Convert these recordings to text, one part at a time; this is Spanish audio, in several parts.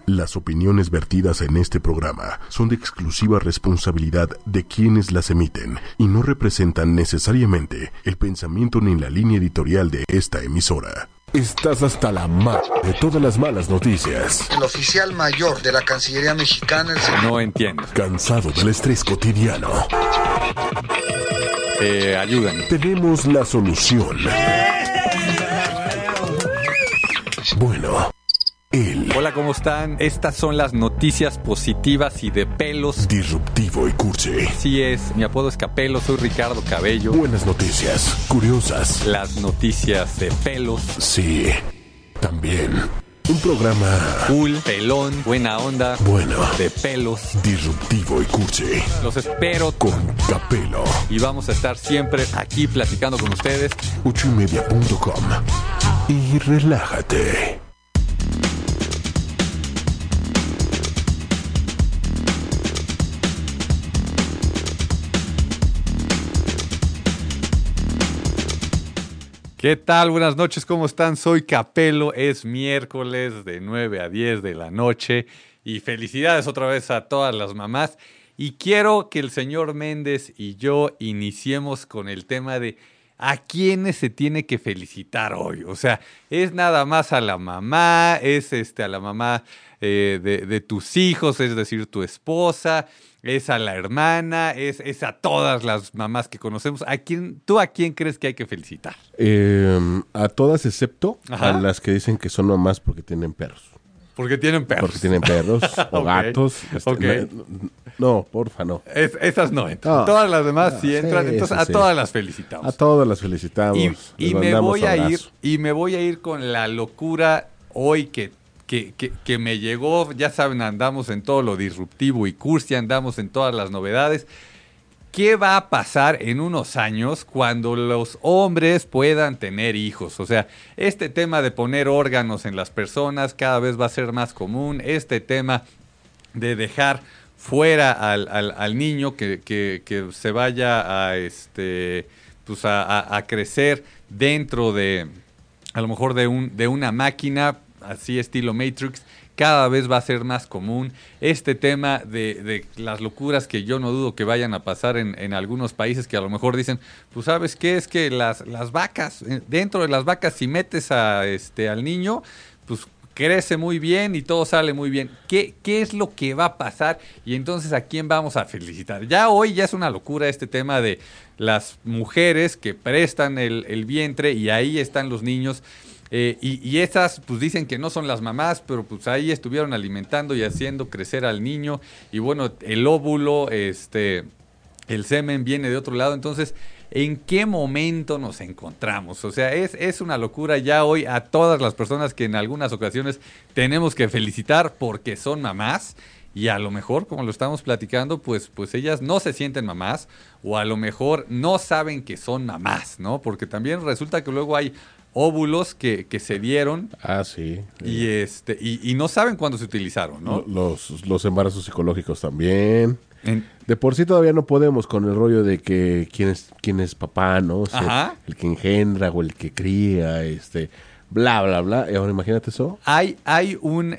Las opiniones vertidas en este programa son de exclusiva responsabilidad de quienes las emiten y no representan necesariamente el pensamiento ni la línea editorial de esta emisora. Estás hasta la de todas las malas noticias. El oficial mayor de la Cancillería mexicana... No entiendo. Cansado del estrés cotidiano. Ayúdame. Tenemos la solución. Bueno, Hola, ¿cómo están? Estas son las noticias positivas y de pelos. Disruptivo y cursi. Así es, mi apodo es Capelo, soy Ricardo Cabello. Buenas noticias, curiosas. Las noticias de pelos. Sí, también. Un programa Cool, pelón, buena onda. Bueno. De pelos. Disruptivo y cursi. Los espero con Capelo. Y vamos a estar siempre aquí platicando con ustedes. 8ymedia.com. Y relájate. ¿Qué tal? Buenas noches, ¿cómo están? Soy Capelo, es miércoles de 9 a 10 de la noche y felicidades otra vez a todas las mamás. Y quiero que el señor Méndez y yo iniciemos con el tema de ¿a quiénes se tiene que felicitar hoy? O sea, es nada más a la mamá, es a la mamá de tus hijos, es decir, tu esposa, es a la hermana, es a todas las mamás que conocemos. ¿Tú a quién crees que hay que felicitar? A todas excepto Ajá. a las que dicen que son mamás porque tienen perros. Porque tienen perros. Porque tienen perros o Okay. gatos. Okay. No, porfa, no. Esas no entran. No. Todas las demás sí entran. Sí, Entonces sí, a sí. todas las felicitamos. A todas las felicitamos. Y me voy a ir con la locura hoy que me llegó. Ya saben, andamos en todo lo disruptivo y cursi, andamos en todas las novedades. ¿Qué va a pasar en unos años cuando los hombres puedan tener hijos? O sea, este tema de poner órganos en las personas cada vez va a ser más común. Este tema de dejar fuera al niño que se vaya a crecer dentro de, a lo mejor de una máquina, así estilo Matrix, cada vez va a ser más común. Este tema de las locuras que yo no dudo que vayan a pasar en algunos países que a lo mejor dicen, pues ¿sabes qué? Es que las vacas, dentro de las vacas, si metes al niño, pues crece muy bien y todo sale muy bien. ¿Qué es lo que va a pasar? Y entonces, ¿a quién vamos a felicitar? Ya hoy ya es una locura este tema de las mujeres que prestan el vientre y ahí están los niños. Y esas pues dicen que no son las mamás, pero pues ahí estuvieron alimentando y haciendo crecer al niño. Y bueno, el óvulo, el semen viene de otro lado. Entonces, ¿en qué momento nos encontramos? O sea, es una locura ya hoy a todas las personas que en algunas ocasiones tenemos que felicitar porque son mamás. Y a lo mejor, como lo estamos platicando, pues ellas no se sienten mamás o a lo mejor no saben que son mamás, ¿no? Porque también resulta que luego hay óvulos que se dieron. Ah, sí. Y no saben cuándo se utilizaron, ¿no? Los embarazos psicológicos también. De por sí todavía no podemos con el rollo de que quién es papá, ¿no? O sea, Ajá. el que engendra o el que cría, bla, bla, bla. Y ahora imagínate eso. Hay un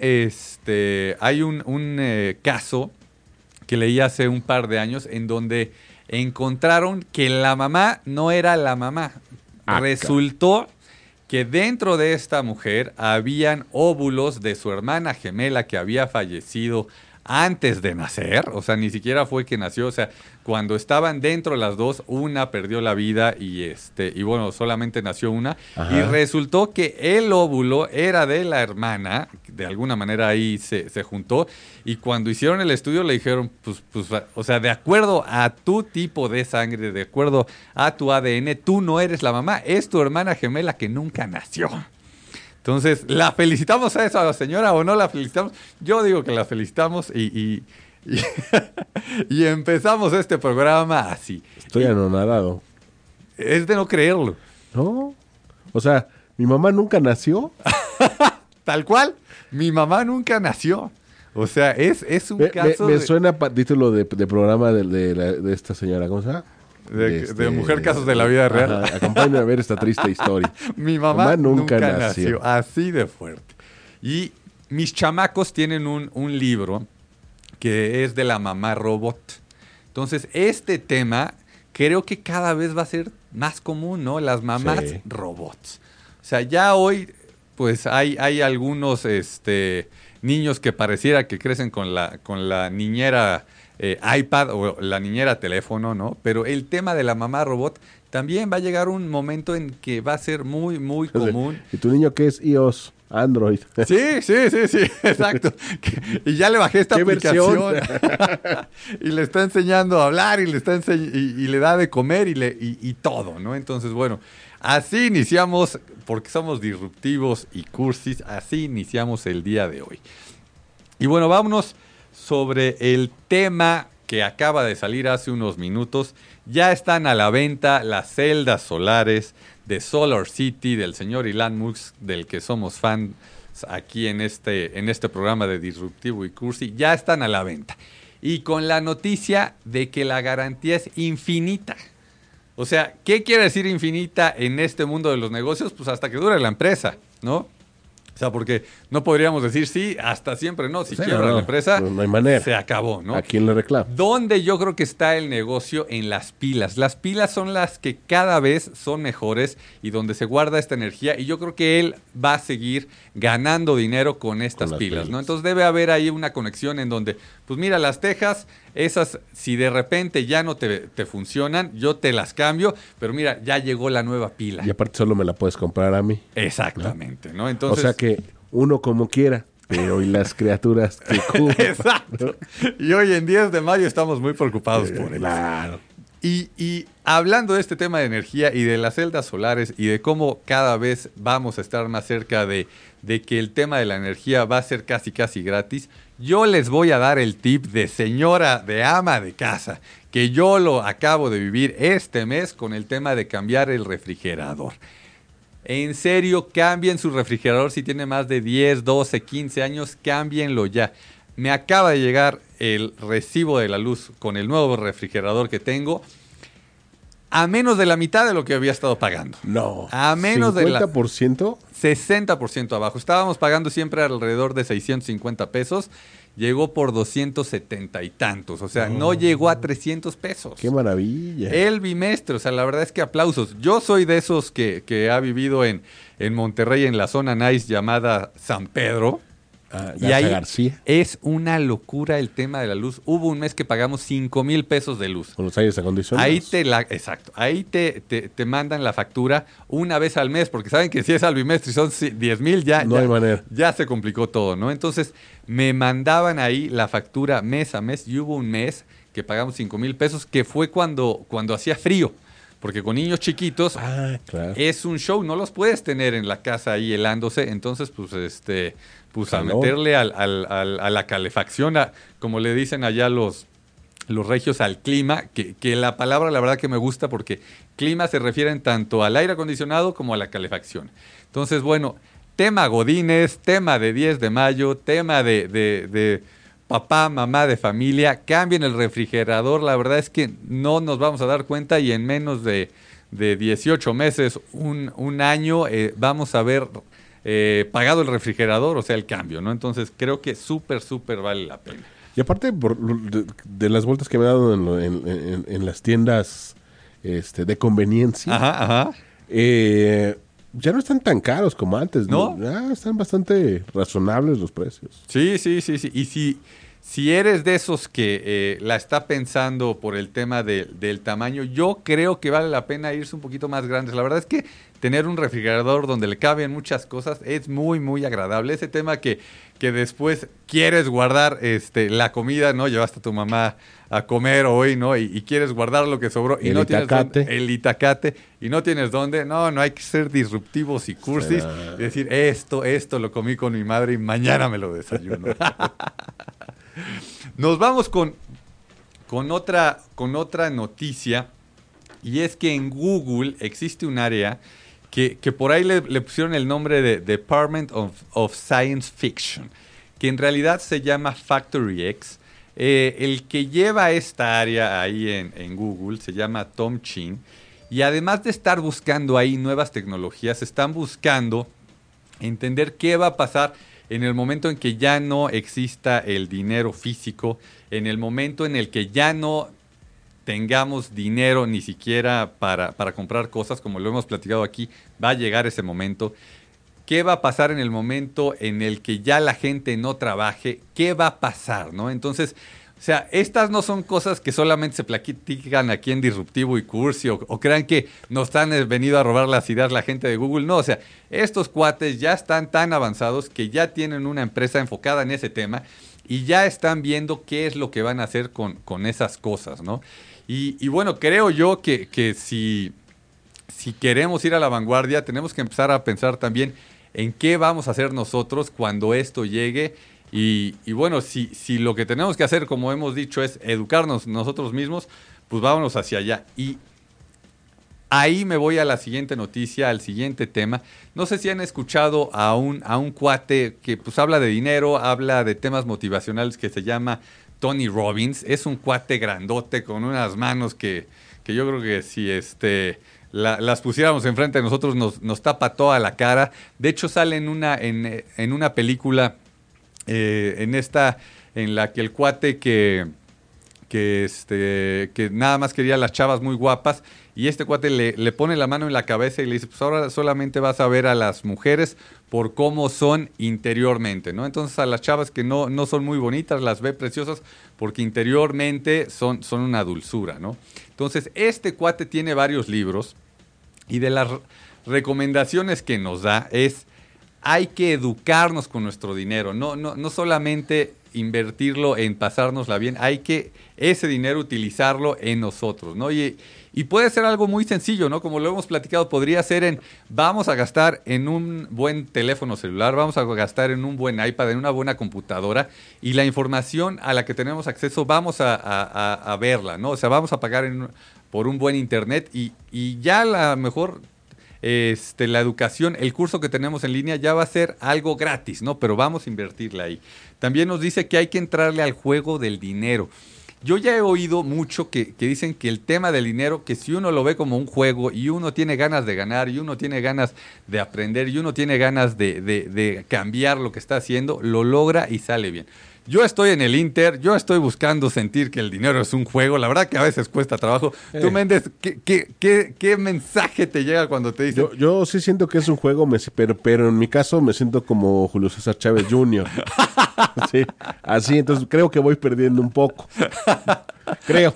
caso que leí hace un par de años en donde encontraron que la mamá no era la mamá. Resultó que dentro de esta mujer habían óvulos de su hermana gemela que había fallecido antes de nacer, o sea, ni siquiera fue que nació, o sea, cuando estaban dentro las dos, una perdió la vida y bueno, solamente nació una. Ajá. Y resultó que el óvulo era de la hermana, de alguna manera ahí se juntó, y cuando hicieron el estudio le dijeron, pues, o sea, de acuerdo a tu tipo de sangre, de acuerdo a tu ADN, tú no eres la mamá, es tu hermana gemela que nunca nació. Entonces, ¿la felicitamos a esa señora o no la felicitamos? Yo digo que la felicitamos y empezamos este programa así. Estoy anonadado. Es de no creerlo. ¿No? O sea, ¿mi mamá nunca nació? Tal cual, mi mamá nunca nació. O sea, es un caso me suena título de programa de esta señora, ¿cómo se llama? De Mujer Casos de la Vida Real. Acompáñame a ver esta triste historia. Mi mamá nunca nació. Así de fuerte. Y mis chamacos tienen un libro que es de la mamá robot. Entonces, este tema creo que cada vez va a ser más común, ¿no? Las mamás robots. O sea, ya hoy, pues hay algunos niños que pareciera que crecen con la niñera iPad o la niñera teléfono, ¿no? Pero el tema de la mamá robot también va a llegar un momento en que va a ser muy, muy común. ¿Y tu niño qué es? iOS, Android. Sí, exacto. Y ya le bajé esta aplicación. Y le está enseñando a hablar y le da de comer y todo, ¿no? Entonces, bueno, así iniciamos, porque somos disruptivos y cursis, así iniciamos el día de hoy. Y bueno, vámonos sobre el tema que acaba de salir hace unos minutos. Ya están a la venta las celdas solares de Solar City del señor Elon Musk, del que somos fans aquí en este programa de Disruptivo y Cursi. Ya están a la venta. Y con la noticia de que la garantía es infinita. O sea, ¿qué quiere decir infinita en este mundo de los negocios? Pues hasta que dure la empresa, ¿no? O sea, porque no podríamos decir sí, hasta siempre no. Si quiebra la empresa, no hay manera. Se acabó, ¿no? ¿A quién le reclama? ¿Dónde yo creo que está el negocio? En las pilas. Las pilas son las que cada vez son mejores y donde se guarda esta energía. Y yo creo que él va a seguir ganando dinero con estas pilas, ¿no? Entonces debe haber ahí una conexión en donde, pues mira, las tejas, esas, si de repente ya no te funcionan, yo te las cambio, pero mira, ya llegó la nueva pila. Y aparte solo me la puedes comprar a mí. Exactamente, ¿no? Entonces, o sea que uno como quiera, pero y las criaturas que cubren. Exacto. Y hoy en 10 de mayo estamos muy preocupados por él. Claro. Y hablando de este tema de energía y de las celdas solares y de cómo cada vez vamos a estar más cerca de que el tema de la energía va a ser casi gratis, yo les voy a dar el tip de señora, de ama de casa, que yo lo acabo de vivir este mes con el tema de cambiar el refrigerador. En serio, cambien su refrigerador si tiene más de 10, 12, 15 años, cámbienlo ya. Me acaba de llegar el recibo de la luz con el nuevo refrigerador que tengo a menos de la mitad de lo que había estado pagando. No. A menos de la... ¿50%? 60% abajo. Estábamos pagando siempre alrededor de 650 pesos. Llegó por 270 y tantos. O sea, no llegó a 300 pesos. ¡Qué maravilla! El bimestre. O sea, la verdad es que aplausos. Yo soy de esos que ha vivido en Monterrey, en la zona nice llamada San Pedro. Y ahí García. Es una locura el tema de la luz. Hubo un mes que pagamos 5,000 pesos de luz. Con los aires acondicionados. Exacto. Ahí te mandan la factura una vez al mes, porque saben que si es al bimestre y son 10,000, no hay manera. Ya se complicó todo, ¿no? Entonces, me mandaban ahí la factura mes a mes y hubo un mes que pagamos 5,000 pesos, que fue cuando hacía frío. Porque con niños chiquitos claro, es un show, no los puedes tener en la casa ahí helándose, entonces pues a meterle a la calefacción, como le dicen allá los regios, al clima, que la palabra la verdad que me gusta porque clima se refieren tanto al aire acondicionado como a la calefacción. Entonces, bueno, tema godines, tema de 10 de mayo, tema de papá, mamá de familia, cambien el refrigerador, la verdad es que no nos vamos a dar cuenta y en menos de 18 meses, un año, vamos a ver pagado el refrigerador, o sea, el cambio, ¿no? Entonces, creo que súper vale la pena. Y aparte, de las vueltas que me he dado en las tiendas de conveniencia, Ajá. Ya no están tan caros como antes, ¿no? Ya están bastante razonables los precios. Sí. Y si eres de esos que la está pensando por el tema del tamaño, yo creo que vale la pena irse un poquito más grandes. La verdad es que tener un refrigerador donde le caben muchas cosas es muy agradable. Ese tema que después quieres guardar la comida, ¿no? Llevaste a tu mamá a comer hoy, ¿no? Y quieres guardar lo que sobró y no tienes dónde, el itacate, y no tienes dónde. No, hay que ser disruptivos y cursis y decir, esto lo comí con mi madre y mañana me lo desayuno. Nos vamos con otra noticia, y es que en Google existe un área que por ahí le pusieron el nombre de Department of Science Fiction, que en realidad se llama Factory X. El que lleva esta área ahí en Google se llama Tom Chin, y además de estar buscando ahí nuevas tecnologías, están buscando entender qué va a pasar en el momento en que ya no exista el dinero físico, en el momento en el que ya no tengamos dinero ni siquiera para comprar cosas, como lo hemos platicado aquí, va a llegar ese momento. ¿Qué va a pasar en el momento en el que ya la gente no trabaje? ¿Qué va a pasar, no? Entonces, o sea, estas no son cosas que solamente se platican aquí en Disruptivo y Cursi o crean que nos han venido a robar las ideas la gente de Google. No, o sea, estos cuates ya están tan avanzados que ya tienen una empresa enfocada en ese tema y ya están viendo qué es lo que van a hacer con esas cosas, ¿no? Y bueno, creo yo que si queremos ir a la vanguardia, tenemos que empezar a pensar también en qué vamos a hacer nosotros cuando esto llegue. Y bueno, si lo que tenemos que hacer, como hemos dicho, es educarnos nosotros mismos, pues vámonos hacia allá. Y ahí me voy a la siguiente noticia, al siguiente tema. No sé si han escuchado a un cuate que pues habla de dinero, habla de temas motivacionales, que se llama Tony Robbins. Es un cuate grandote con unas manos que yo creo que si las pusiéramos enfrente de nosotros nos tapa toda la cara. De hecho sale en una película en la que el cuate que nada más quería las chavas muy guapas, y este cuate le pone la mano en la cabeza y le dice, pues ahora solamente vas a ver a las mujeres por cómo son interiormente, ¿no? Entonces a las chavas que no son muy bonitas las ve preciosas porque interiormente son una dulzura, ¿no? Entonces este cuate tiene varios libros y de las recomendaciones que nos da es: hay que educarnos con nuestro dinero, no solamente invertirlo en pasárnosla bien, hay que ese dinero utilizarlo en nosotros, ¿no? Y puede ser algo muy sencillo, ¿no? Como lo hemos platicado, podría ser vamos a gastar en un buen teléfono celular, vamos a gastar en un buen iPad, en una buena computadora, y la información a la que tenemos acceso vamos a verla, ¿no? O sea, vamos a pagar por un buen internet y ya a lo mejor la educación, el curso que tenemos en línea ya va a ser algo gratis, ¿no? Pero vamos a invertirle ahí. También nos dice que hay que entrarle al juego del dinero. Yo ya he oído mucho que dicen que el tema del dinero, que si uno lo ve como un juego y uno tiene ganas de ganar y uno tiene ganas de aprender y uno tiene ganas de cambiar lo que está haciendo, lo logra y sale bien. Yo estoy en el Inter, yo estoy buscando sentir que el dinero es un juego. La verdad que a veces cuesta trabajo. Tú, Méndez, ¿qué mensaje te llega cuando te dicen? Yo sí siento que es un juego, pero en mi caso me siento como Julio César Chávez Jr. Sí, así, entonces creo que voy perdiendo un poco. Creo.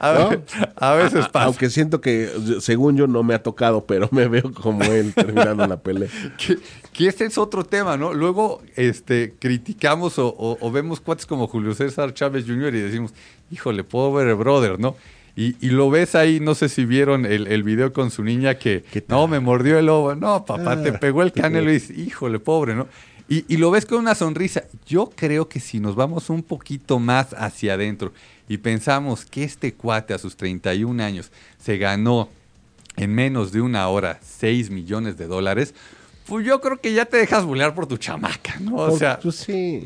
A veces pasa. Aunque siento que, según yo, no me ha tocado, pero me veo como él terminando la pelea. Que ese es otro tema, ¿no? Luego criticamos o vemos cuates como Julio César Chávez Jr. y decimos, híjole, pobre brother, ¿no? Y lo ves ahí, no sé si vieron el video con su niña que, no, me mordió el lobo. No, papá, te pegó el canelo y dices, híjole, pobre, ¿no? Y lo ves con una sonrisa. Yo creo que si nos vamos un poquito más hacia adentro y pensamos que este cuate a sus 31 años se ganó en menos de una hora $6 millones, pues yo creo que ya te dejas bulear por tu chamaca, ¿no? O sea, pues sí.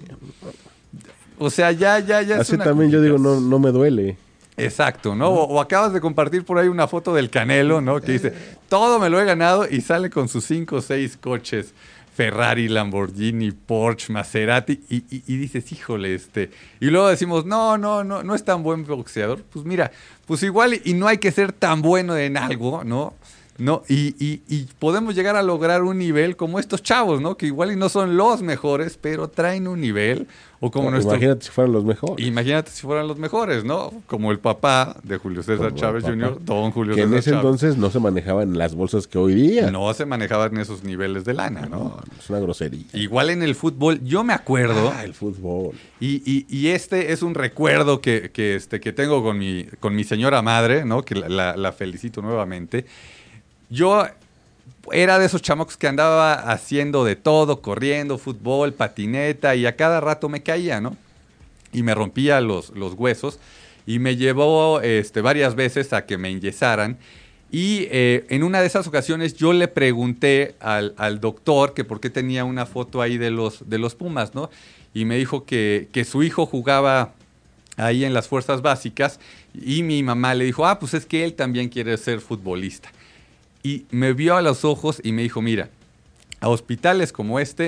O sea, ya así también yo digo, no me duele. Exacto, ¿no? O acabas de compartir por ahí una foto del Canelo, ¿no? Que dice, todo me lo he ganado, y sale con sus 5 o 6 coches, Ferrari, Lamborghini, Porsche, Maserati, y dices, híjole, y luego decimos, no es tan buen boxeador. Pues mira, pues igual y no hay que ser tan bueno en algo, ¿no? No, y podemos llegar a lograr un nivel como estos chavos, ¿no? Que igual y no son los mejores, pero traen un nivel. O como imagínate si fueran los mejores. Imagínate si fueran los mejores, ¿no? Como el papá de Julio César Chávez Jr., don Julio César Chávez. Que en ese entonces no se manejaban las bolsas que hoy día. No se manejaban esos niveles de lana, ¿no? Es una grosería. Igual en el fútbol, yo me acuerdo. El fútbol. Y este es un recuerdo que tengo con mi señora madre, ¿no? Que la felicito nuevamente. Yo era de esos chamacos que andaba haciendo de todo, corriendo, fútbol, patineta, y a cada rato me caía, ¿no? Y me rompía los huesos, y me llevó varias veces a que me enyesaran. Y en una de esas ocasiones yo le pregunté al doctor que por qué tenía una foto ahí de los Pumas, ¿no? Y me dijo que su hijo jugaba ahí en las fuerzas básicas, y mi mamá le dijo, pues es que él también quiere ser futbolista. Y me vio a los ojos y me dijo, mira, a hospitales como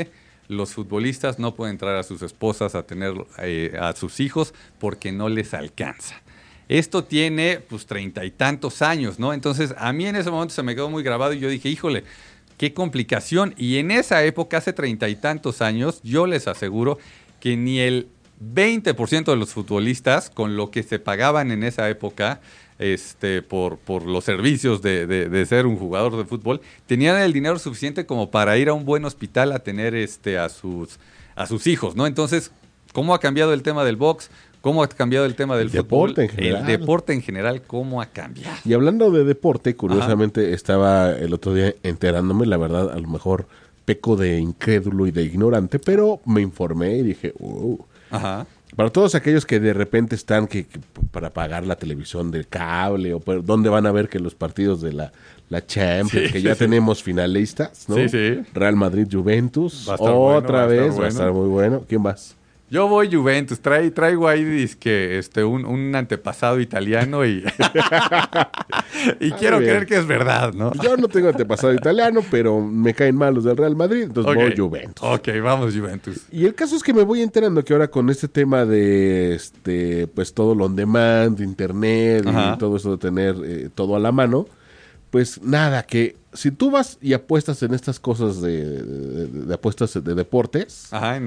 los futbolistas no pueden traer a sus esposas a tener a sus hijos porque no les alcanza. Esto tiene pues 30 y tantos años, ¿no? Entonces a mí en ese momento se me quedó muy grabado y yo dije, híjole, qué complicación. Y en esa época, hace 30 y tantos años, yo les aseguro que ni el 20% de los futbolistas, con lo que se pagaban en esa época por los servicios de ser un jugador de fútbol, tenían el dinero suficiente como para ir a un buen hospital a tener a sus hijos, ¿no? Entonces, ¿cómo ha cambiado el tema del box? ¿Cómo ha cambiado el tema del fútbol? Deporte en general. El deporte en general, ¿cómo ha cambiado? Y hablando de deporte, curiosamente estaba el otro día enterándome, la verdad, a lo mejor peco de incrédulo y de ignorante, pero me informé y dije, Ajá. Para todos aquellos que de repente están que para pagar la televisión del cable o dónde van a ver que los partidos de la Champions, que ya tenemos finalistas, ¿no? Sí, sí. Real Madrid, Juventus, Va a estar otra bueno, vez, va a estar muy bueno. ¿Quién vas? Yo voy Juventus, traigo ahí dizque, un antepasado italiano y, y quiero bien. creer que es verdad, ¿no? Yo no tengo antepasado italiano, pero me caen mal los del Real Madrid, entonces Ok. voy Juventus. Ok, vamos Juventus. Y el caso es que me voy enterando que ahora con este tema de pues todo lo on demand, internet Ajá. y todo eso de tener todo a la mano, pues nada, que si tú vas y apuestas en estas cosas de apuestas de deportes, Ajá.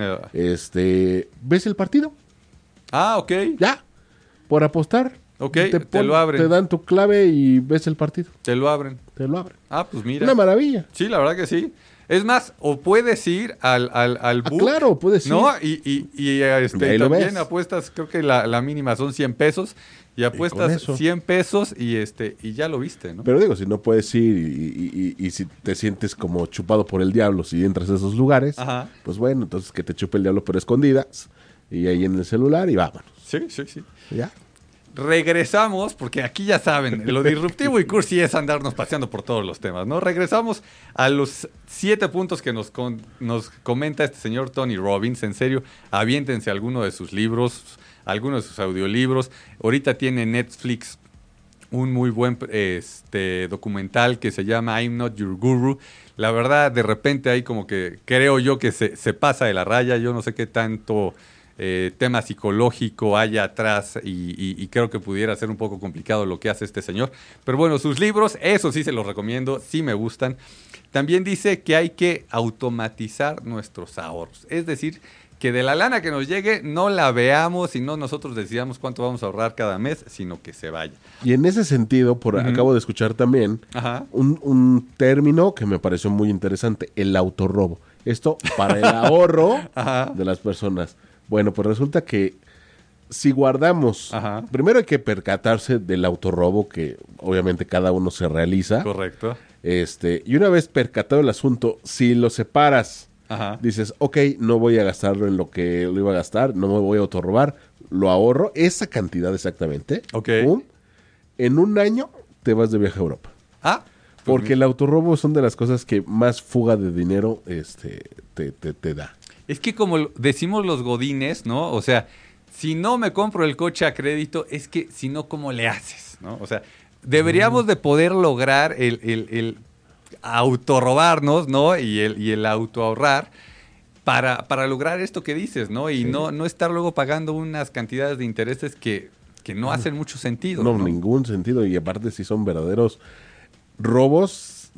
ves el partido, Ok. ya, por apostar. Ok, te lo abren. Te dan tu clave y ves el partido, Te lo abren. te lo abren. Pues mira. Una maravilla. Sí, la verdad que sí. Es más, o puedes ir al book, Claro, puedes ir. ¿no? Y Y ahí lo también ves. apuestas, creo que la mínima son 100 pesos. Y apuestas eso. 100 pesos y ya lo viste, ¿no? Pero digo, si no puedes ir y si te sientes como chupado por el diablo si entras a esos lugares, Ajá. pues bueno, entonces que te chupe el diablo pero escondidas y ahí en el celular y vámonos. Sí, sí, sí. ¿Ya? Regresamos, porque aquí ya saben, lo disruptivo y cursi es andarnos paseando por todos los temas, ¿no? Regresamos a los 7 puntos que nos comenta este señor Tony Robbins. En serio, aviéntense alguno de sus libros, alguno de sus audiolibros. Ahorita tiene Netflix un muy buen documental que se llama I'm Not Your Guru. La verdad, de repente ahí como que creo yo que se pasa de la raya. Yo no sé qué tanto tema psicológico haya atrás y creo que pudiera ser un poco complicado lo que hace este señor. Pero bueno, sus libros, eso sí se los recomiendo, sí me gustan. También dice que hay que automatizar nuestros ahorros. Es decir, que de la lana que nos llegue no la veamos y no nosotros decidamos cuánto vamos a ahorrar cada mes, sino que se vaya. Y en ese sentido, acabo de escuchar también Ajá. un término que me pareció muy interesante, el autorrobo. Esto para el ahorro Ajá. de las personas. Bueno, pues resulta que si guardamos, Ajá. primero hay que percatarse del autorrobo que obviamente cada uno se realiza. Correcto. Y una vez percatado el asunto, si lo separas, Ajá. dices, ok, no voy a gastarlo en lo que lo iba a gastar, no me voy a autorrobar, lo ahorro, esa cantidad exactamente. Ok. ¡Pum! En un año te vas de viaje a Europa. Pues Porque el autorrobo son de las cosas que más fuga de dinero te da. es que como decimos los godines, ¿no? O sea, si no me compro el coche a crédito, es que si no, ¿cómo le haces? ¿No? O sea, deberíamos de poder lograr el autorrobarnos, ¿no? Y el autoahorrar para lograr esto que dices, ¿no? Y no estar luego pagando unas cantidades de intereses que no hacen mucho sentido. No, ¿no? ningún sentido. Y aparte si son verdaderos robos,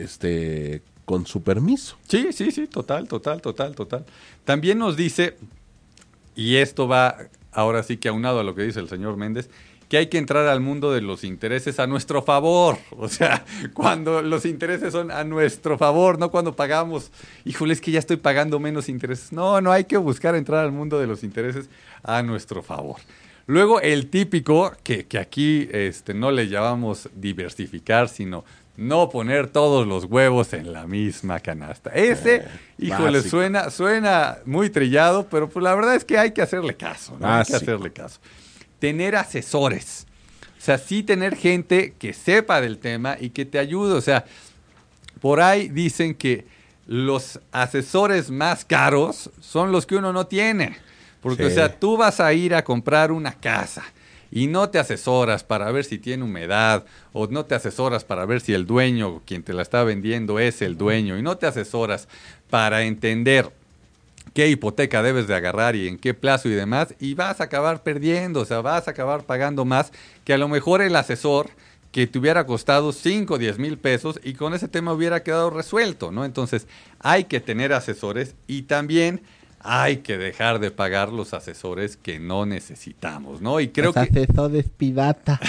con su permiso. Sí, total. También nos dice, y esto va ahora sí que aunado a lo que dice el señor Méndez, que hay que entrar al mundo de los intereses a nuestro favor. O sea, cuando los intereses son a nuestro favor, no cuando pagamos, híjole, es que ya estoy pagando menos intereses. No, hay que buscar entrar al mundo de los intereses a nuestro favor. Luego el típico, que aquí no le llamamos diversificar, sino no poner todos los huevos en la misma canasta. Ese, híjole, básico. suena muy trillado, pero pues la verdad es que hay que hacerle caso, ¿no? Hay que Básico. hacerle caso. Tener asesores. O sea, sí tener gente que sepa del tema y que te ayude. O sea, por ahí dicen que los asesores más caros son los que uno no tiene. Porque, Sí. o sea, tú vas a ir a comprar una casa y no te asesoras para ver si tiene humedad o no te asesoras para ver si el dueño, quien te la está vendiendo, es el dueño y no te asesoras para entender qué hipoteca debes de agarrar y en qué plazo y demás, y vas a acabar perdiendo, o sea, vas a acabar pagando más que a lo mejor el asesor que te hubiera costado 5 o 10 mil pesos y con ese tema hubiera quedado resuelto, ¿no? Entonces, hay que tener asesores y también hay que dejar de pagar los asesores que no necesitamos, ¿no? Y creo Los asesores pirata.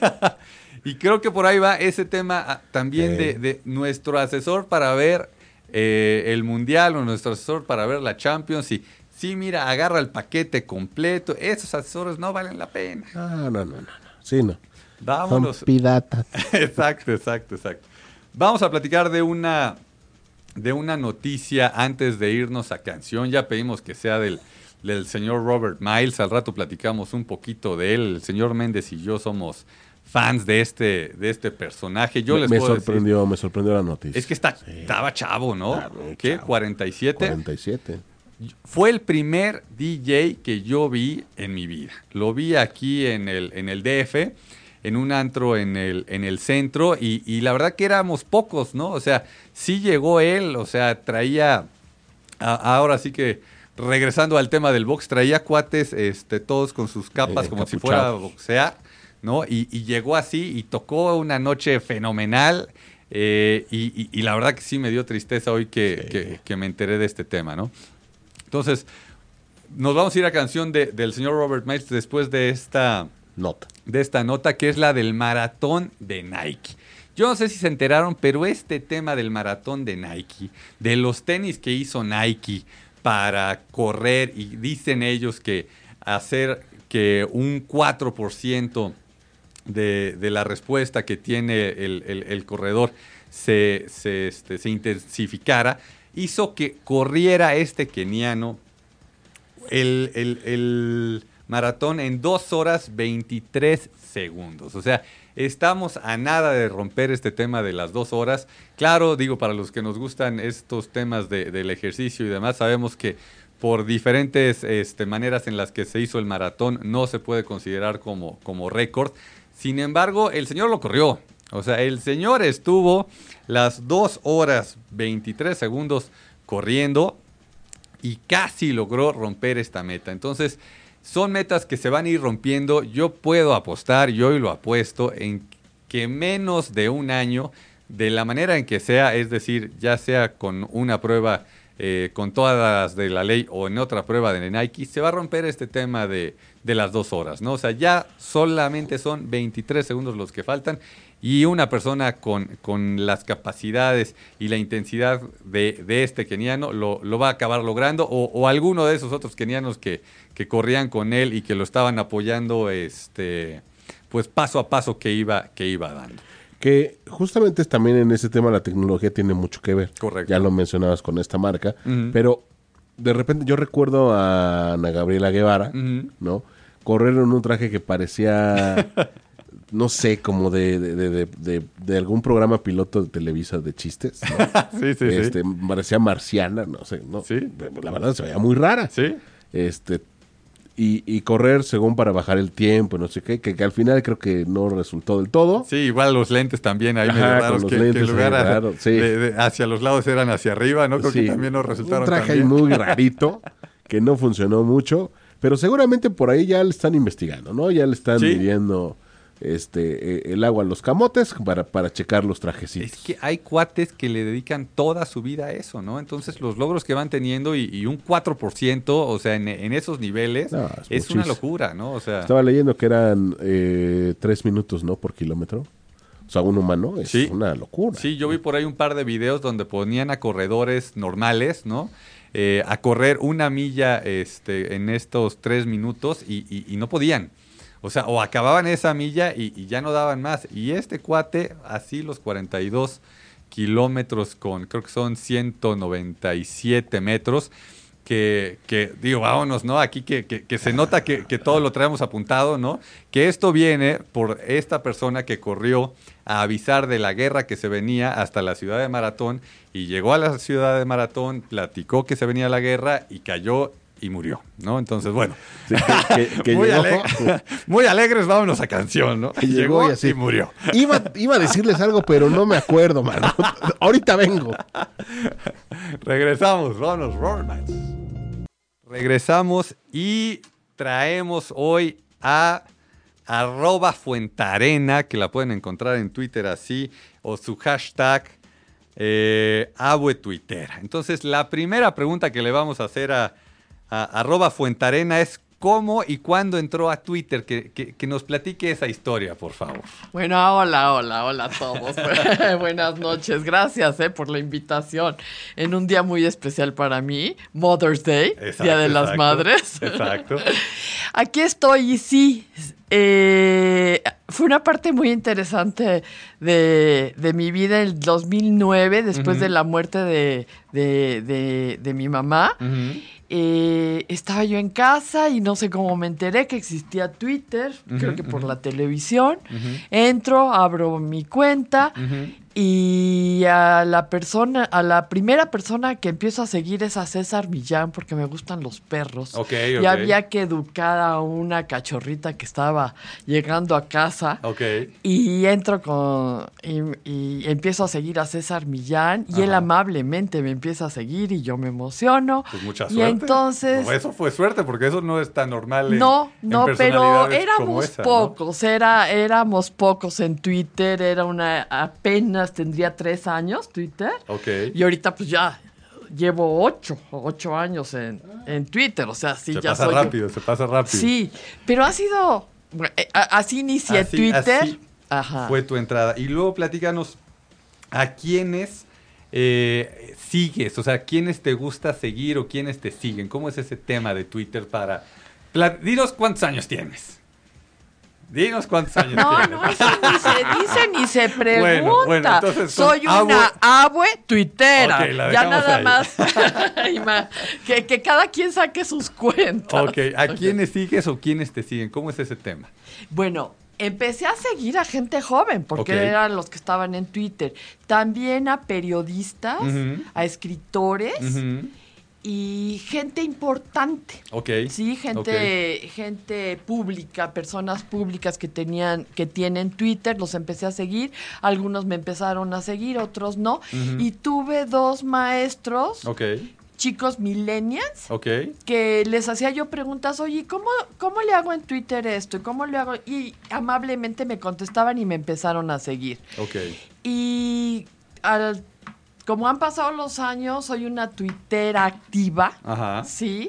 y creo que por ahí va ese tema también de nuestro asesor para ver el Mundial o nuestro asesor para ver la Champions. Y sí, mira, agarra el paquete completo. Esos asesores no valen la pena. No. Sí, no. Vámonos. Son piratas. Exacto. Vamos a platicar de una noticia antes de irnos a canción. Ya pedimos que sea del señor Robert Miles. Al rato platicamos un poquito de él. El señor Méndez y yo somos fans de este personaje. Me sorprendió la noticia. Es que estaba chavo, ¿no? Claro, ¿Qué? chavo. 47. 47. Fue el primer DJ que yo vi en mi vida. Lo vi aquí en el DF, en un antro en el centro, y la verdad que éramos pocos, ¿no? O sea, sí llegó él, o sea, traía, ahora sí que, regresando al tema del box, traía cuates todos con sus capas como si fuera a boxear, ¿no? Y llegó así y tocó una noche fenomenal, y la verdad que sí me dio tristeza hoy que me enteré de este tema, ¿no? Entonces, nos vamos a ir a canción del señor Robert Miles después de esta nota, que es la del maratón de Nike. Yo no sé si se enteraron, pero este tema del maratón de Nike, de los tenis que hizo Nike para correr, y dicen ellos que hacer que un 4% de la respuesta que tiene el corredor se intensificara, hizo que corriera este keniano el maratón en 2 horas 23 segundos. O sea, estamos a nada de romper este tema de las 2 horas. Claro, digo, para los que nos gustan estos temas del ejercicio y demás, sabemos que por diferentes maneras en las que se hizo el maratón no se puede considerar como récord. Sin embargo, el señor lo corrió. O sea, el señor estuvo las 2 horas 23 segundos corriendo y casi logró romper esta meta. Entonces, son metas que se van a ir rompiendo. Yo puedo apostar, y hoy lo apuesto, en que menos de un año, de la manera en que sea, es decir, ya sea con una prueba con todas las de la ley o en otra prueba de Nike, se va a romper este tema de las 2 horas, ¿no? O sea, ya solamente son 23 segundos los que faltan, y una persona con las capacidades y la intensidad de este keniano lo va a acabar logrando, o alguno de esos otros kenianos que corrían con él y que lo estaban apoyando pues paso a paso que iba dando. Que justamente es también en ese tema la tecnología tiene mucho que ver. Correcto. Ya lo mencionabas con esta marca, pero de repente yo recuerdo a Ana Gabriela Guevara, ¿no? Correr en un traje que parecía, no sé, como de algún programa piloto de Televisa de chistes, ¿no? Sí. Parecía marciana, no sé, ¿no? Sí. La verdad se veía muy rara. Sí. Y correr según para bajar el tiempo, no sé qué, que al final creo que no resultó del todo. Sí, igual los lentes también ahí medio raros, que en lugar hacia los lados eran hacia arriba, ¿no? Creo que también no resultaron un traje tan bien. muy rarito, que no funcionó mucho, pero seguramente por ahí ya le están investigando, ¿no? Ya le están midiendo el agua a los camotes para checar los trajecitos. Es que hay cuates que le dedican toda su vida a eso, ¿no? Entonces los logros que van teniendo y un 4%, o sea, en esos niveles, es una locura, ¿no? O sea, estaba leyendo que eran 3 minutos, ¿no? Por kilómetro. O sea, un humano es una locura. Sí, yo vi por ahí un par de videos donde ponían a corredores normales, ¿no? A correr 1 milla en estos 3 minutos y no podían. O sea, o acababan esa milla y ya no daban más. Y este cuate, así los 42 kilómetros con, creo que son 197 metros, que digo, vámonos, ¿no? Aquí que se nota que todo lo traemos apuntado, ¿no? Que esto viene por esta persona que corrió a avisar de la guerra que se venía hasta la ciudad de Maratón, y llegó a la ciudad de Maratón, platicó que se venía la guerra y cayó y murió, ¿no? Entonces, bueno, sí, muy alegres, vámonos a canción, ¿no? Que llegó y murió. Iba a decirles algo, pero no me acuerdo, mano. Ahorita vengo. Regresamos, vámonos, Robert Miles. Regresamos y traemos hoy a @Fuentarena, que la pueden encontrar en Twitter así, o su hashtag #AbueTuitera. Entonces, la primera pregunta que le vamos a hacer a @Fuentarena es cómo y cuándo entró a Twitter. Que nos platique esa historia, por favor. Bueno, hola a todos. Buenas noches. Gracias por la invitación. En un día muy especial para mí, Mother's Day, Exacto, Día de las Madres. Exacto. Aquí estoy y sí, fue una parte muy interesante de mi vida en el 2009, después de la muerte de mi mamá. Uh-huh. Estaba yo en casa y no sé cómo me enteré que existía Twitter, creo que por la televisión. Entro, abro mi cuenta y a la primera persona que empiezo a seguir es a César Millán, porque me gustan los perros. Okay. Y había que educar a una cachorrita que estaba llegando a casa. Y entro y empiezo a seguir a César Millán y él amablemente me empieza a seguir y yo me emociono. Pues mucha y suerte. Entonces, no, eso fue suerte porque eso no es tan normal. No, pero éramos esa, pocos, ¿no? Éramos pocos en Twitter, apenas tendría 3 años Twitter. Y ahorita pues ya llevo 8 años en Twitter, o sea, sí, se ya pasa soy... rápido, se pasa rápido. Sí, pero ha sido... Así inicié Twitter. Así fue tu entrada. Y luego platícanos a quiénes sigues, o sea, quiénes te gusta seguir o quiénes te siguen. ¿Cómo es ese tema de Twitter para... Dinos cuántos años tienes. Dinos cuántos años tienes. No, eso ni se dice ni se pregunta. Bueno, entonces soy una abue-tuitera. Okay, la ya dejamos nada ahí. más. que cada quien saque sus cuentas. ¿A quiénes sigues o quiénes te siguen? ¿Cómo es ese tema? Bueno, empecé a seguir a gente joven, porque eran los que estaban en Twitter. También a periodistas, a escritores y gente importante. Sí, gente pública, personas públicas que tienen Twitter, los empecé a seguir. Algunos me empezaron a seguir, otros no. Y tuve 2 maestros. Chicos millennials, que les hacía yo preguntas, oye, ¿cómo le hago en Twitter esto? ¿Cómo le hago? Y amablemente me contestaban y me empezaron a seguir. Y como han pasado los años, soy una tuitera activa, ¿sí?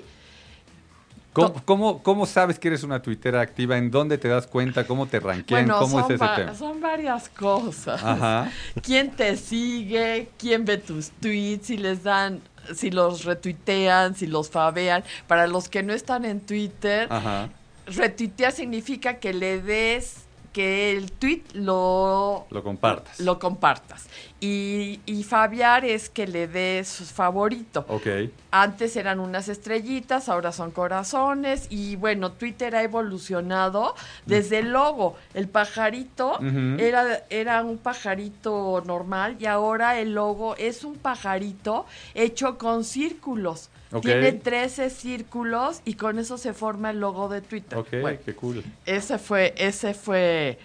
¿Cómo sabes que eres una tuitera activa? ¿En dónde te das cuenta? ¿Cómo te rankean? ¿Cómo es ese tema? Son varias cosas. ¿Quién te sigue? ¿Quién ve tus tweets? Si los retuitean, si los favean. Para los que no están en Twitter, retuitear significa que le des, que el tweet lo compartas. Y favear es que le des favorito. Antes eran unas estrellitas, ahora son corazones. Y bueno, Twitter ha evolucionado desde el logo. El pajarito era un pajarito normal y ahora el logo es un pajarito hecho con círculos. Tiene 13 círculos y con eso se forma el logo de Twitter. Bueno, qué cool. Ese fue.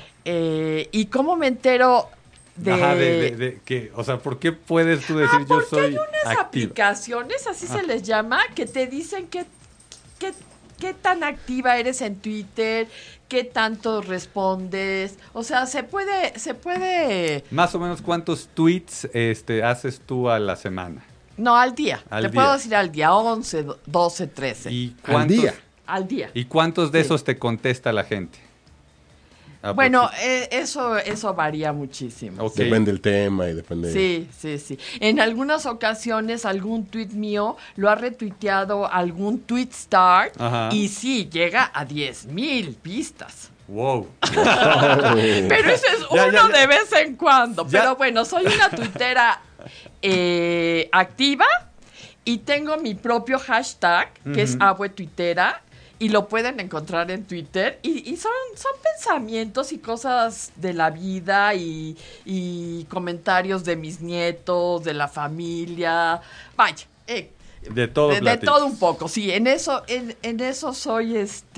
¿Y cómo me entero de que, o sea, ¿por qué puedes tú decir yo soy hay unas aplicaciones, así se les llama, que te dicen qué tan activa eres en Twitter, qué tanto respondes, o sea, se puede... Más o menos, ¿cuántos tweets haces tú a la semana? No, al día. Puedo decir al día, 11, 12, 13. ¿Y cuántos? Al día. ¿Y cuántos de esos te contesta la gente? Bueno, eso varía muchísimo. Depende del tema y depende... Sí. En algunas ocasiones algún tweet mío lo ha retuiteado algún tweet star y sí, llega a 10,000 vistas. ¡Wow! Pero ese es uno de vez en cuando. Pero bueno, soy una tuitera activa y tengo mi propio hashtag, que es @tuitera. Y lo pueden encontrar en Twitter. Y son pensamientos y cosas de la vida y comentarios de mis nietos, de la familia. Vaya. De todo de todo un poco, sí. En eso soy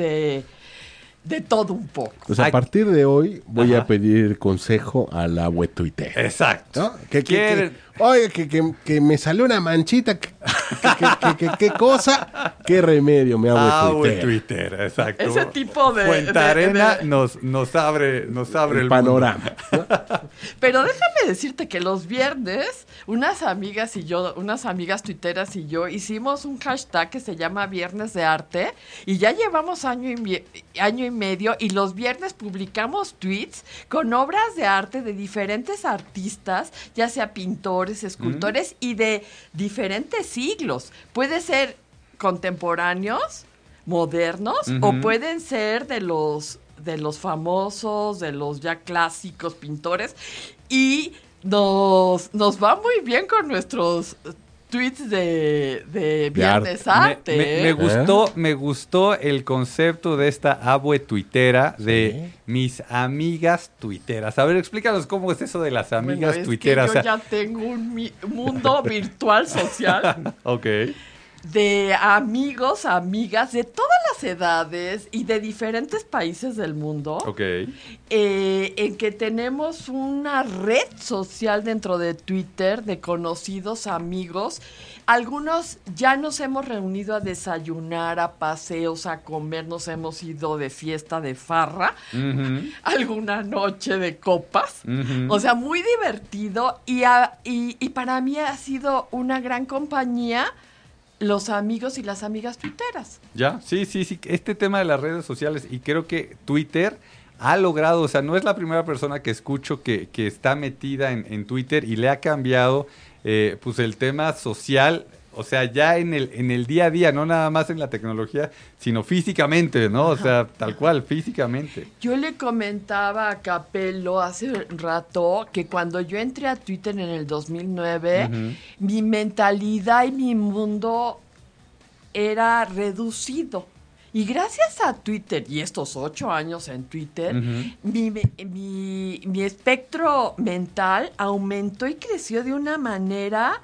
de todo un poco. Pues a partir de hoy voy a pedir consejo a la web Twitter. Exacto. ¿No? Oye, que me salió una manchita. ¿Qué cosa? ¿Qué remedio me hago en Twitter? Exacto. Ese tipo de... Fuenta Arena nos abre el panorama. Pero déjame decirte que los viernes, unas amigas tuiteras y yo, hicimos un hashtag que se llama Viernes de Arte y ya llevamos año y medio y los viernes publicamos tweets con obras de arte de diferentes artistas, ya sea pintores, escultores y de diferentes siglos. Puede ser contemporáneos, modernos, o pueden ser de los famosos, de los ya clásicos pintores, y nos va muy bien con nuestros tweets de Viernes Arte. Me gustó el concepto de esta abue tuitera de mis amigas tuiteras. A ver, explícanos cómo es eso de las amigas tuiteras. Que yo ya tengo un mundo virtual social. Ok. De amigos, amigas de todas las edades y de diferentes países del mundo. Ok. En que tenemos una red social dentro de Twitter de conocidos amigos. Algunos ya nos hemos reunido a desayunar, a paseos, a comer, nos hemos ido de fiesta, de farra, alguna noche de copas. O sea, muy divertido y para mí ha sido una gran compañía los amigos y las amigas tuiteras. Ya, sí. Este tema de las redes sociales, y creo que Twitter ha logrado, o sea, no es la primera persona que escucho que está metida en Twitter y le ha cambiado pues el tema social, o sea, ya en el día a día, no nada más en la tecnología, sino físicamente, ¿no? O sea, tal cual, físicamente. Yo le comentaba a Capello hace un rato que cuando yo entré a Twitter en el 2009, mi mentalidad y mi mundo era reducido. Y gracias a Twitter y estos 8 años en Twitter, mi espectro mental aumentó y creció de una manera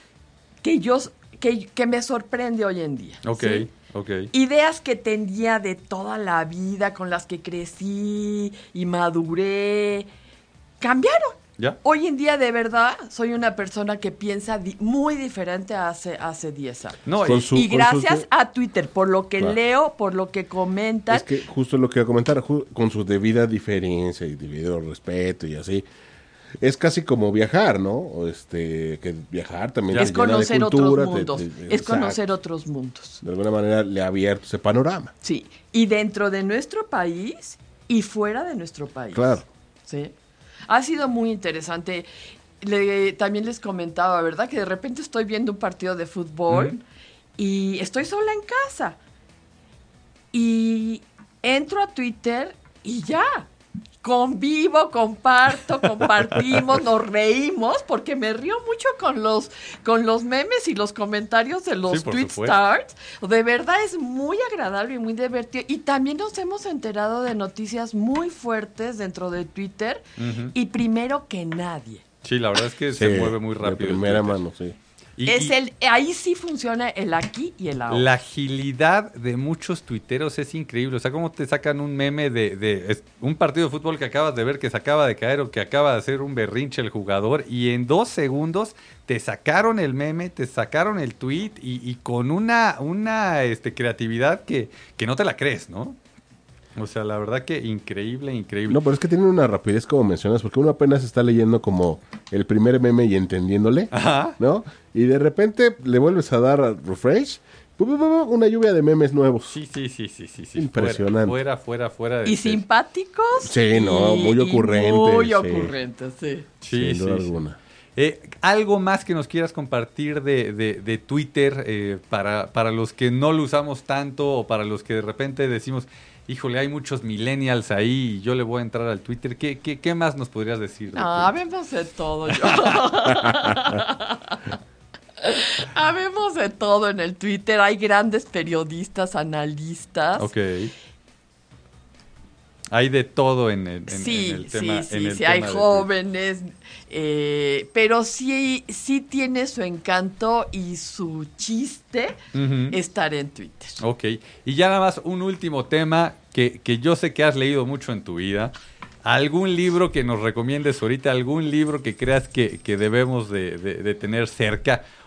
que me sorprende hoy en día. Ok, ¿sí? ok. Ideas que tenía de toda la vida, con las que crecí y maduré, cambiaron. ¿Ya? Hoy en día, de verdad, soy una persona que piensa muy diferente a hace 10 años. No, y gracias a Twitter, por lo que leo, por lo que comentan. Es que justo lo que iba a comentar, con su debida diferencia y debido respeto y así. Es casi como viajar, ¿no? Que viajar también es te llena conocer de cultura, otros mundos. Es conocer otros mundos. De alguna manera le ha abierto ese panorama. Sí, y dentro de nuestro país y fuera de nuestro país. Claro. Sí. Ha sido muy interesante. También les comentaba, ¿verdad? Que de repente estoy viendo un partido de fútbol y estoy sola en casa. Y entro a Twitter y ya. Convivo, compartimos, nos reímos, porque me río mucho con los memes y los comentarios de los tweet starts. De verdad es muy agradable y muy divertido. Y también nos hemos enterado de noticias muy fuertes dentro de Twitter y primero que nadie. Sí, la verdad es que se mueve muy rápido. De primera mano, sí. Ahí sí funciona el aquí y el ahora. La agilidad de muchos tuiteros es increíble. O sea, cómo te sacan un meme de un partido de fútbol que acabas de ver que se acaba de caer o que acaba de hacer un berrinche el jugador, y en 2 segundos te sacaron el meme, te sacaron el tweet y con una creatividad que no te la crees, ¿no? O sea, la verdad que increíble. No, pero es que tienen una rapidez, como mencionas, porque uno apenas está leyendo como el primer meme y entendiéndole, ¿no? Y de repente le vuelves a dar refresh, una lluvia de memes nuevos. Sí. Impresionante. Fuera. Y simpáticos. Sí, muy ocurrentes. Muy ocurrentes, sí. Sí. Alguna. ¿Algo más que nos quieras compartir de Twitter para los que no lo usamos tanto, o para los que de repente decimos, híjole, hay muchos millennials ahí y yo le voy a entrar al Twitter? ¿Qué más nos podrías decir? Habemos de todo. Habemos de todo en el Twitter. Hay grandes periodistas, analistas. Ok. Hay de todo en el tema. Sí, hay jóvenes, pero sí tiene su encanto y su chiste estar en Twitter. Ok, y ya nada más un último tema que yo sé que has leído mucho en tu vida. ¿Algún libro que nos recomiendes ahorita? ¿Algún libro que creas que debemos de tener cerca?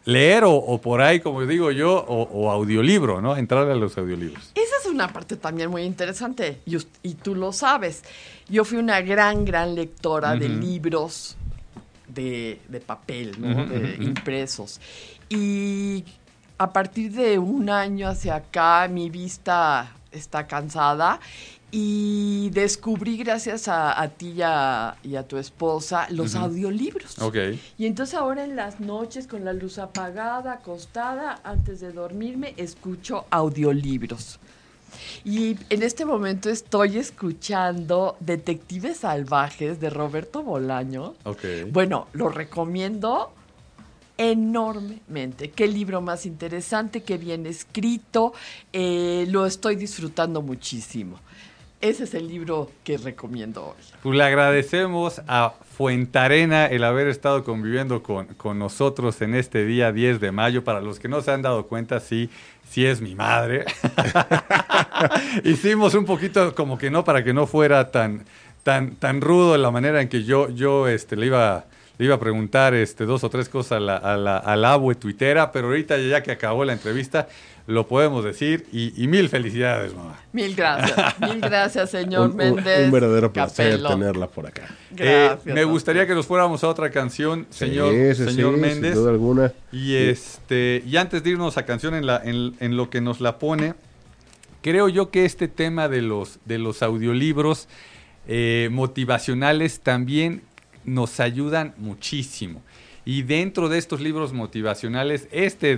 leer o por ahí, como digo yo, o audiolibro, ¿no? Entrar a los audiolibros. Esa es una parte también muy interesante y tú lo sabes. Yo fui una gran lectora de libros de papel, ¿no? Impresos. Y a partir de un año hacia acá, mi vista está cansada y descubrí, gracias a ti y a tu esposa, los audiolibros. Okay. Y entonces ahora en las noches, con la luz apagada, acostada, antes de dormirme, escucho audiolibros. Y en este momento estoy escuchando Detectives Salvajes de Roberto Bolaño. Okay. Bueno, lo recomiendo enormemente. Qué libro más interesante, qué bien escrito. Lo estoy disfrutando muchísimo. Ese es el libro que recomiendo hoy. Pues le agradecemos a Fuentarena el haber estado conviviendo con nosotros en este día 10 de mayo. Para los que no se han dado cuenta, sí es mi madre. Hicimos un poquito como que no, para que no fuera tan rudo la manera en que yo le iba a preguntar 2 o 3 cosas a la abue tuitera, pero ahorita ya que acabó la entrevista, lo podemos decir y mil felicidades, mamá. Mil gracias, señor Méndez. Un verdadero placer Capello. tenerla por acá. Gracias. Me gustaría que nos fuéramos a otra canción, señor Méndez. Sin duda alguna. Y antes de irnos a canción en lo que nos la pone, creo yo que este tema de los audiolibros motivacionales también nos ayudan muchísimo. Y dentro de estos libros motivacionales,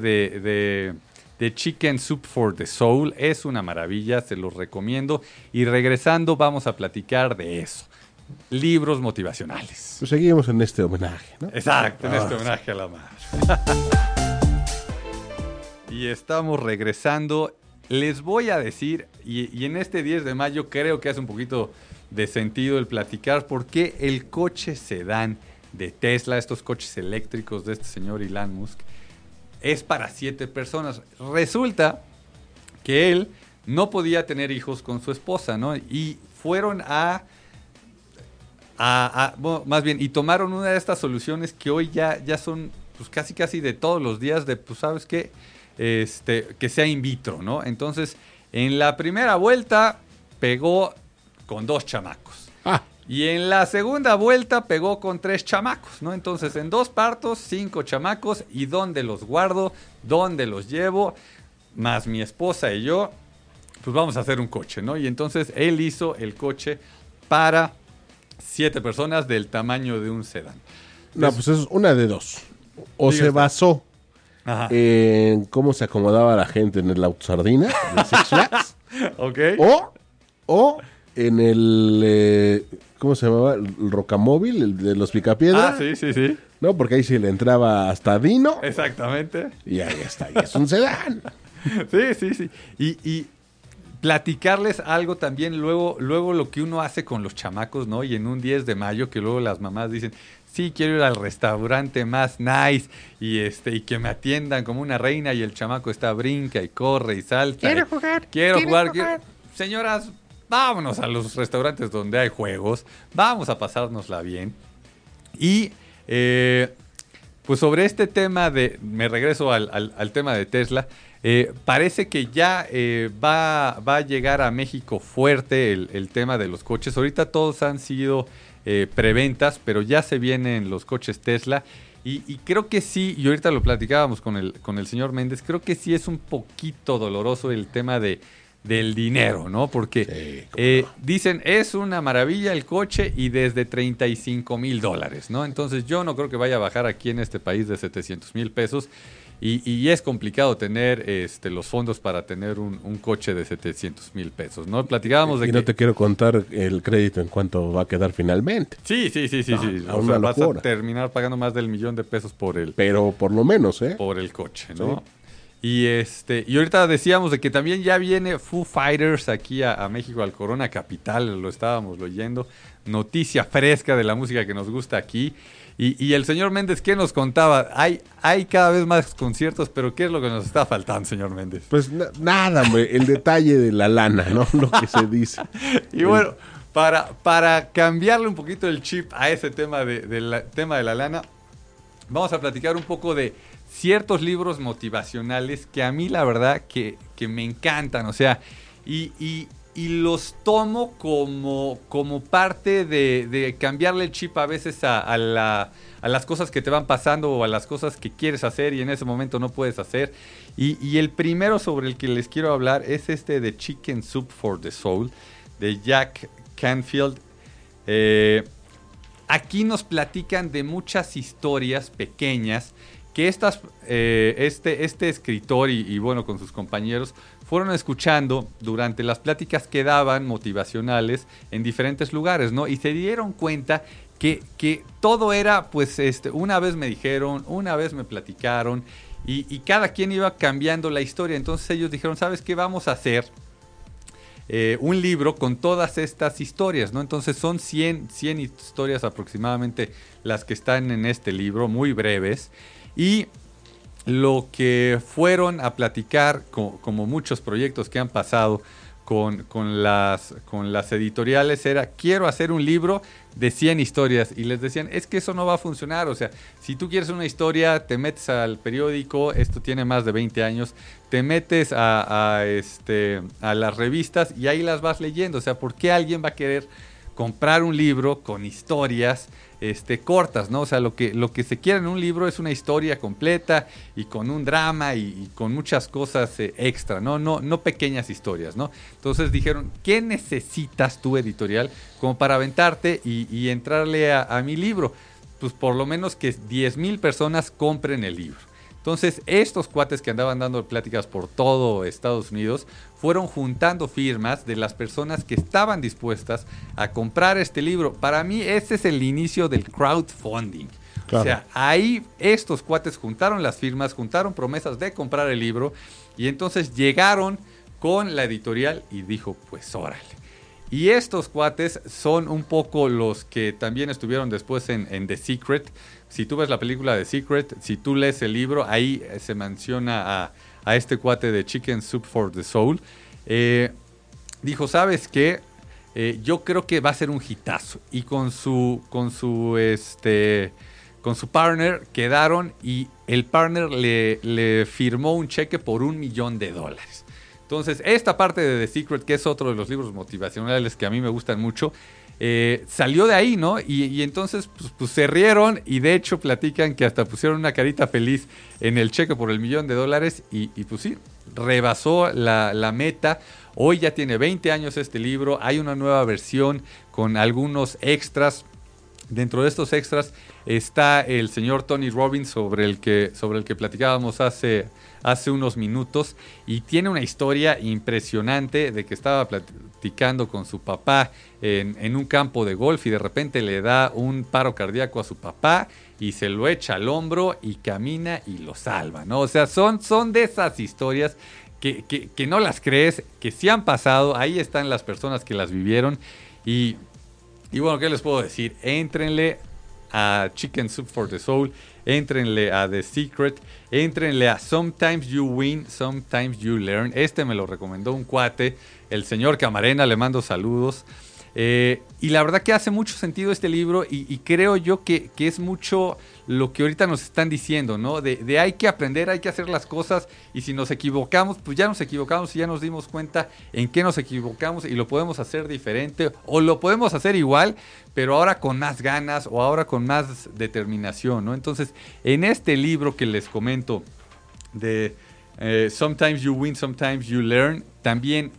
de Chicken Soup for the Soul es una maravilla, se los recomiendo. Y regresando vamos a platicar de eso. Libros motivacionales. Pues seguimos en este homenaje, ¿no? Exacto, en este homenaje a la madre. Y estamos regresando. Les voy a decir, y en este 10 de mayo creo que hace un poquito de sentido el platicar por qué el coche sedán de Tesla, estos coches eléctricos de este señor Elon Musk, es para 7 personas. Resulta que él no podía tener hijos con su esposa, ¿no? Y fueron bueno, más bien, y tomaron una de estas soluciones que hoy ya son pues casi de todos los días, de pues sabes qué, que sea in vitro, ¿no? Entonces, en la primera vuelta pegó con 2 chamacos. Y en la segunda vuelta pegó con 3 chamacos, ¿no? Entonces, en 2 partos, 5 chamacos. ¿Y dónde los guardo? ¿Dónde los llevo? Más mi esposa y yo, pues vamos a hacer un coche, ¿no? Y entonces él hizo el coche para 7 personas del tamaño de un sedán. No, pues es una de dos. O se basó en cómo se acomodaba la gente en el autosardina de Six Flags. Ok. O en el... ¿cómo se llamaba? El Rocamóvil, el de los Picapiedra. Sí. No, porque ahí se le entraba hasta Dino. Exactamente. Y ahí está, y es un sedán. Sí. Y platicarles algo también, luego lo que uno hace con los chamacos, ¿no? Y en un 10 de mayo que luego las mamás dicen, sí, quiero ir al restaurante más nice y que me atiendan como una reina, y el chamaco está brinca y corre y salta. Quiero jugar. Señoras, vámonos a los restaurantes donde hay juegos, vamos a pasárnosla bien. Y pues sobre este tema me regreso al tema de Tesla. Parece que ya va a llegar a México fuerte el tema de los coches. Ahorita todos han sido preventas, pero ya se vienen los coches Tesla. Y creo que sí, y ahorita lo platicábamos con el señor Méndez, creo que sí es un poquito doloroso el tema del dinero, ¿no? Porque dicen, es una maravilla el coche y desde $35,000, ¿no? Entonces yo no creo que vaya a bajar aquí en este país de 700,000 pesos. Y es complicado tener los fondos para tener un coche de 700,000 pesos, ¿no? Platicábamos de que... Y no te quiero contar el crédito en cuánto va a quedar finalmente. Sí. O sea, vas a terminar pagando más del $1,000,000 por el... Pero por lo menos, por el coche, ¿no? Sí. Y ahorita decíamos de que también ya viene Foo Fighters aquí a México, al Corona Capital, lo estábamos oyendo. Noticia fresca de la música que nos gusta aquí. Y el señor Méndez, ¿qué nos contaba? Hay cada vez más conciertos, pero ¿qué es lo que nos está faltando, señor Méndez? Pues nada, hombre, el detalle de la lana, ¿no? Lo que se dice. Y bueno, para cambiarle un poquito el chip a ese tema tema de la lana, vamos a platicar un poco de ciertos libros motivacionales que a mí la verdad que me encantan, o sea, y los tomo como parte de cambiarle el chip a veces a las cosas que te van pasando o a las cosas que quieres hacer y en ese momento no puedes hacer. Y el primero sobre el que les quiero hablar es de Chicken Soup for the Soul, de Jack Canfield. Aquí nos platican de muchas historias pequeñas que este escritor y bueno, con sus compañeros fueron escuchando durante las pláticas que daban motivacionales en diferentes lugares, ¿no? Y se dieron cuenta que todo era, pues, una vez me dijeron, una vez me platicaron, y cada quien iba cambiando la historia. Entonces ellos dijeron, ¿sabes qué? Vamos a hacer un libro con todas estas historias, ¿no? Entonces son 100 historias aproximadamente las que están en este libro, muy breves, y lo que fueron a platicar, como muchos proyectos que han pasado con las editoriales, era: quiero hacer un libro de 100 historias. Y les decían, es que eso no va a funcionar. O sea, si tú quieres una historia, te metes al periódico, esto tiene más de 20 años, te metes a las revistas y ahí las vas leyendo. O sea, ¿por qué alguien va a querer comprar un libro con historias cortas, ¿no? O sea, lo que se quiere en un libro es una historia completa y con un drama y con muchas cosas extra, ¿no? No pequeñas historias, ¿no? Entonces dijeron, ¿qué necesitas tú, editorial, como para aventarte y entrarle a mi libro? Pues por lo menos que 10,000 personas compren el libro. Entonces, estos cuates que andaban dando pláticas por todo Estados Unidos fueron juntando firmas de las personas que estaban dispuestas a comprar este libro. Para mí, ese es el inicio del crowdfunding. Claro. O sea, ahí estos cuates juntaron las firmas, juntaron promesas de comprar el libro y entonces llegaron con la editorial y dijo, pues órale. Y estos cuates son un poco los que también estuvieron después en The Secret. Si tú ves la película The Secret, si tú lees el libro, ahí se menciona a este cuate de Chicken Soup for the Soul. Dijo, ¿sabes qué? Yo creo que va a ser un hitazo. Y con su partner quedaron y el partner le firmó un cheque por $1 millón. Entonces, esta parte de The Secret, que es otro de los libros motivacionales que a mí me gustan mucho, salió de ahí, ¿no? Y entonces pues se rieron y de hecho platican que hasta pusieron una carita feliz en el cheque por $1 millón y pues sí, rebasó la meta. Hoy ya tiene 20 años este libro, hay una nueva versión con algunos extras. Dentro de estos extras está el señor Tony Robbins, sobre el que platicábamos hace unos minutos, y tiene una historia impresionante de que estaba platicando con su papá en un campo de golf y de repente le da un paro cardíaco a su papá y se lo echa al hombro y camina y lo salva, ¿no? O sea, son de esas historias que no las crees, que sí han pasado. Ahí están las personas que las vivieron y bueno, ¿qué les puedo decir? Éntrenle a Chicken Soup for the Soul, éntrenle a The Secret, éntrenle a Sometimes You Win, Sometimes You Learn. Me lo recomendó un cuate, el señor Camarena, le mando saludos. Y la verdad que hace mucho sentido este libro y creo yo que es mucho lo que ahorita nos están diciendo, ¿no? De hay que aprender, hay que hacer las cosas y si nos equivocamos, pues ya nos equivocamos y ya nos dimos cuenta en qué nos equivocamos y lo podemos hacer diferente o lo podemos hacer igual, pero ahora con más ganas o ahora con más determinación, ¿no? Entonces, en este libro que les comento de Sometimes You Win, Sometimes You Learn, también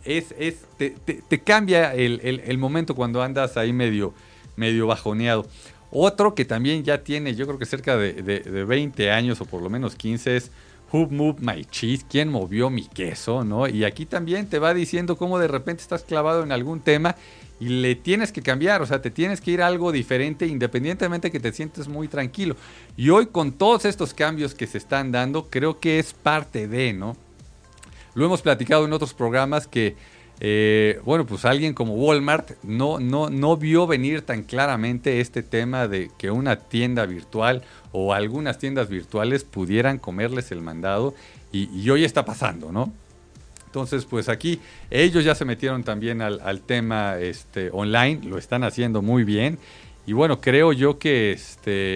te cambia el momento cuando andas ahí medio bajoneado. Otro que también ya tiene, yo creo que cerca de 20 años o por lo menos 15 es Who Moved My Cheese? ¿Quién movió mi queso? ¿No? Y aquí también te va diciendo cómo de repente estás clavado en algún tema y le tienes que cambiar, o sea, te tienes que ir a algo diferente independientemente que te sientes muy tranquilo. Y hoy con todos estos cambios que se están dando, creo que es parte de, ¿no? Lo hemos platicado en otros programas que, bueno, pues alguien como Walmart no vio venir tan claramente este tema de que una tienda virtual o algunas tiendas virtuales pudieran comerles el mandado y hoy está pasando, ¿no? Entonces, pues aquí ellos ya se metieron también al tema online, lo están haciendo muy bien. Y bueno, creo yo que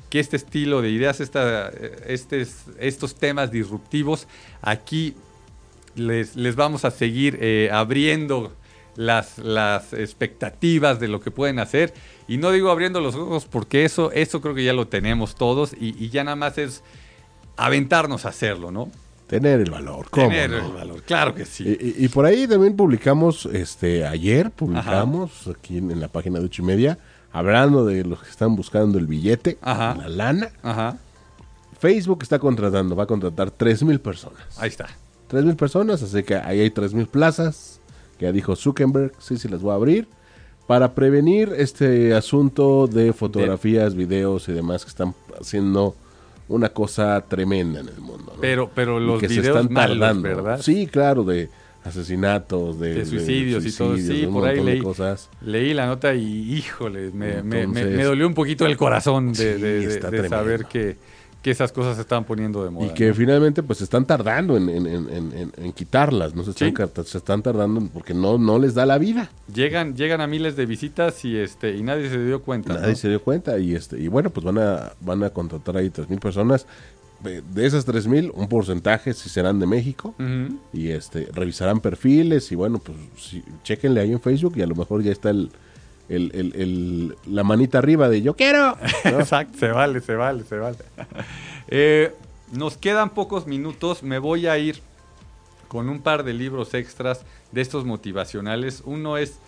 que este estilo de ideas, estos temas disruptivos, aquí les vamos a seguir abriendo las expectativas de lo que pueden hacer. Y no digo abriendo los ojos porque eso creo que ya lo tenemos todos y ya nada más es aventarnos a hacerlo, ¿no? Tener el valor, ¿cómo Tener no? el valor, claro que sí. Y por ahí también publicamos, ayer publicamos aquí en la página de 8ymedia, hablando de los que están buscando el billete, Ajá. la lana. Ajá. Facebook va a contratar 3,000 personas. Ahí está. 3,000 personas, así que ahí hay 3,000 plazas, que ya dijo Zuckerberg, sí las voy a abrir, para prevenir este asunto de fotografías, videos y demás que están haciendo una cosa tremenda en el mundo, ¿no? Pero los y que videos se están malos, tardando, ¿verdad? Sí, claro, de asesinatos, de suicidios y todo. Sí, un por ahí montón de cosas. leí la nota y híjole, me Entonces, dolió un poquito el corazón sí, de está tremendo. saber que esas cosas se están poniendo de moda. Y que ¿no? finalmente pues están tardando en quitarlas, no se están tardando porque no les da la vida. Llegan a miles de visitas y nadie se dio cuenta. Nadie se dio cuenta y bueno, pues van a contratar ahí 3,000 personas. De esas 3,000, un porcentaje sí serán de México. Uh-huh. Y revisarán perfiles y bueno, pues sí, chéquenle ahí en Facebook y a lo mejor ya está la manita arriba de yo quiero, ¿no? Exacto, se vale. Nos quedan pocos minutos, me voy a ir con un par de libros extras de estos motivacionales. Uno es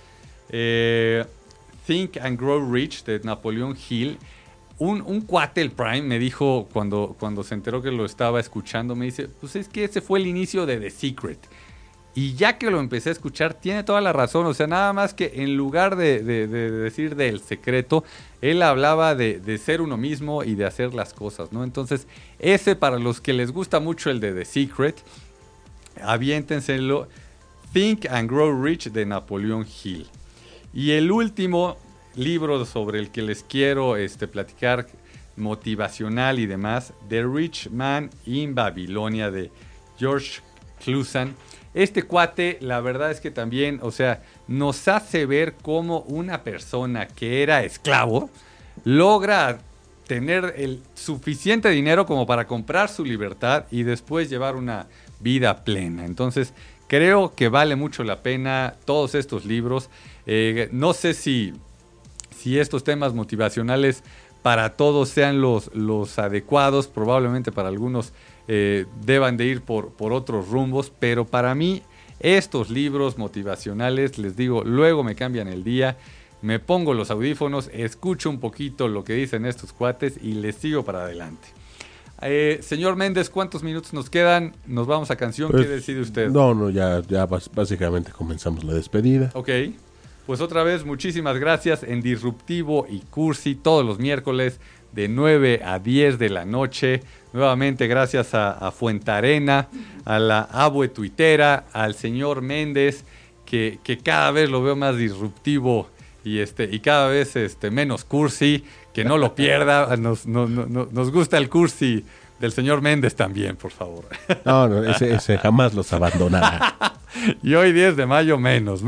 Think and Grow Rich de Napoleon Hill. Un cuate, el Prime, me dijo cuando se enteró que lo estaba escuchando, me dice, pues es que ese fue el inicio de The Secret. Y ya que lo empecé a escuchar, tiene toda la razón. O sea, nada más que en lugar de decir del secreto, él hablaba de ser uno mismo y de hacer las cosas, ¿no? Entonces, ese para los que les gusta mucho el de The Secret, aviéntenselo. Think and Grow Rich de Napoleon Hill. Y el último libro sobre el que les quiero platicar, motivacional y demás, The Rich Man in Babilonia de George Clason. Este cuate, la verdad es que también, o sea, nos hace ver cómo una persona que era esclavo logra tener el suficiente dinero como para comprar su libertad y después llevar una vida plena. Entonces, creo que vale mucho la pena todos estos libros. No sé si estos temas motivacionales para todos sean los adecuados, probablemente para algunos deban de ir por otros rumbos, pero para mí estos libros motivacionales, les digo, luego me cambian el día, me pongo los audífonos, escucho un poquito lo que dicen estos cuates y les sigo para adelante. Señor Méndez, ¿cuántos minutos nos quedan? Nos vamos a canción, Pues, ¿qué decide usted? No, ya básicamente comenzamos la despedida. Ok, pues otra vez muchísimas gracias en Disruptivo y Cursi todos los miércoles de 9 a 10 de la noche. Nuevamente gracias a Fuentarena, a la abue tuitera, al señor Méndez, que cada vez lo veo más disruptivo y cada vez menos cursi, que no lo pierda. Nos gusta el cursi del señor Méndez también, por favor. No, ese jamás los abandonará. Y hoy 10 de mayo menos.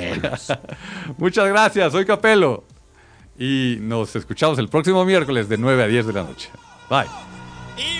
Muchas gracias, soy Capelo. Y nos escuchamos el próximo miércoles de 9 a 10 de la noche. Bye.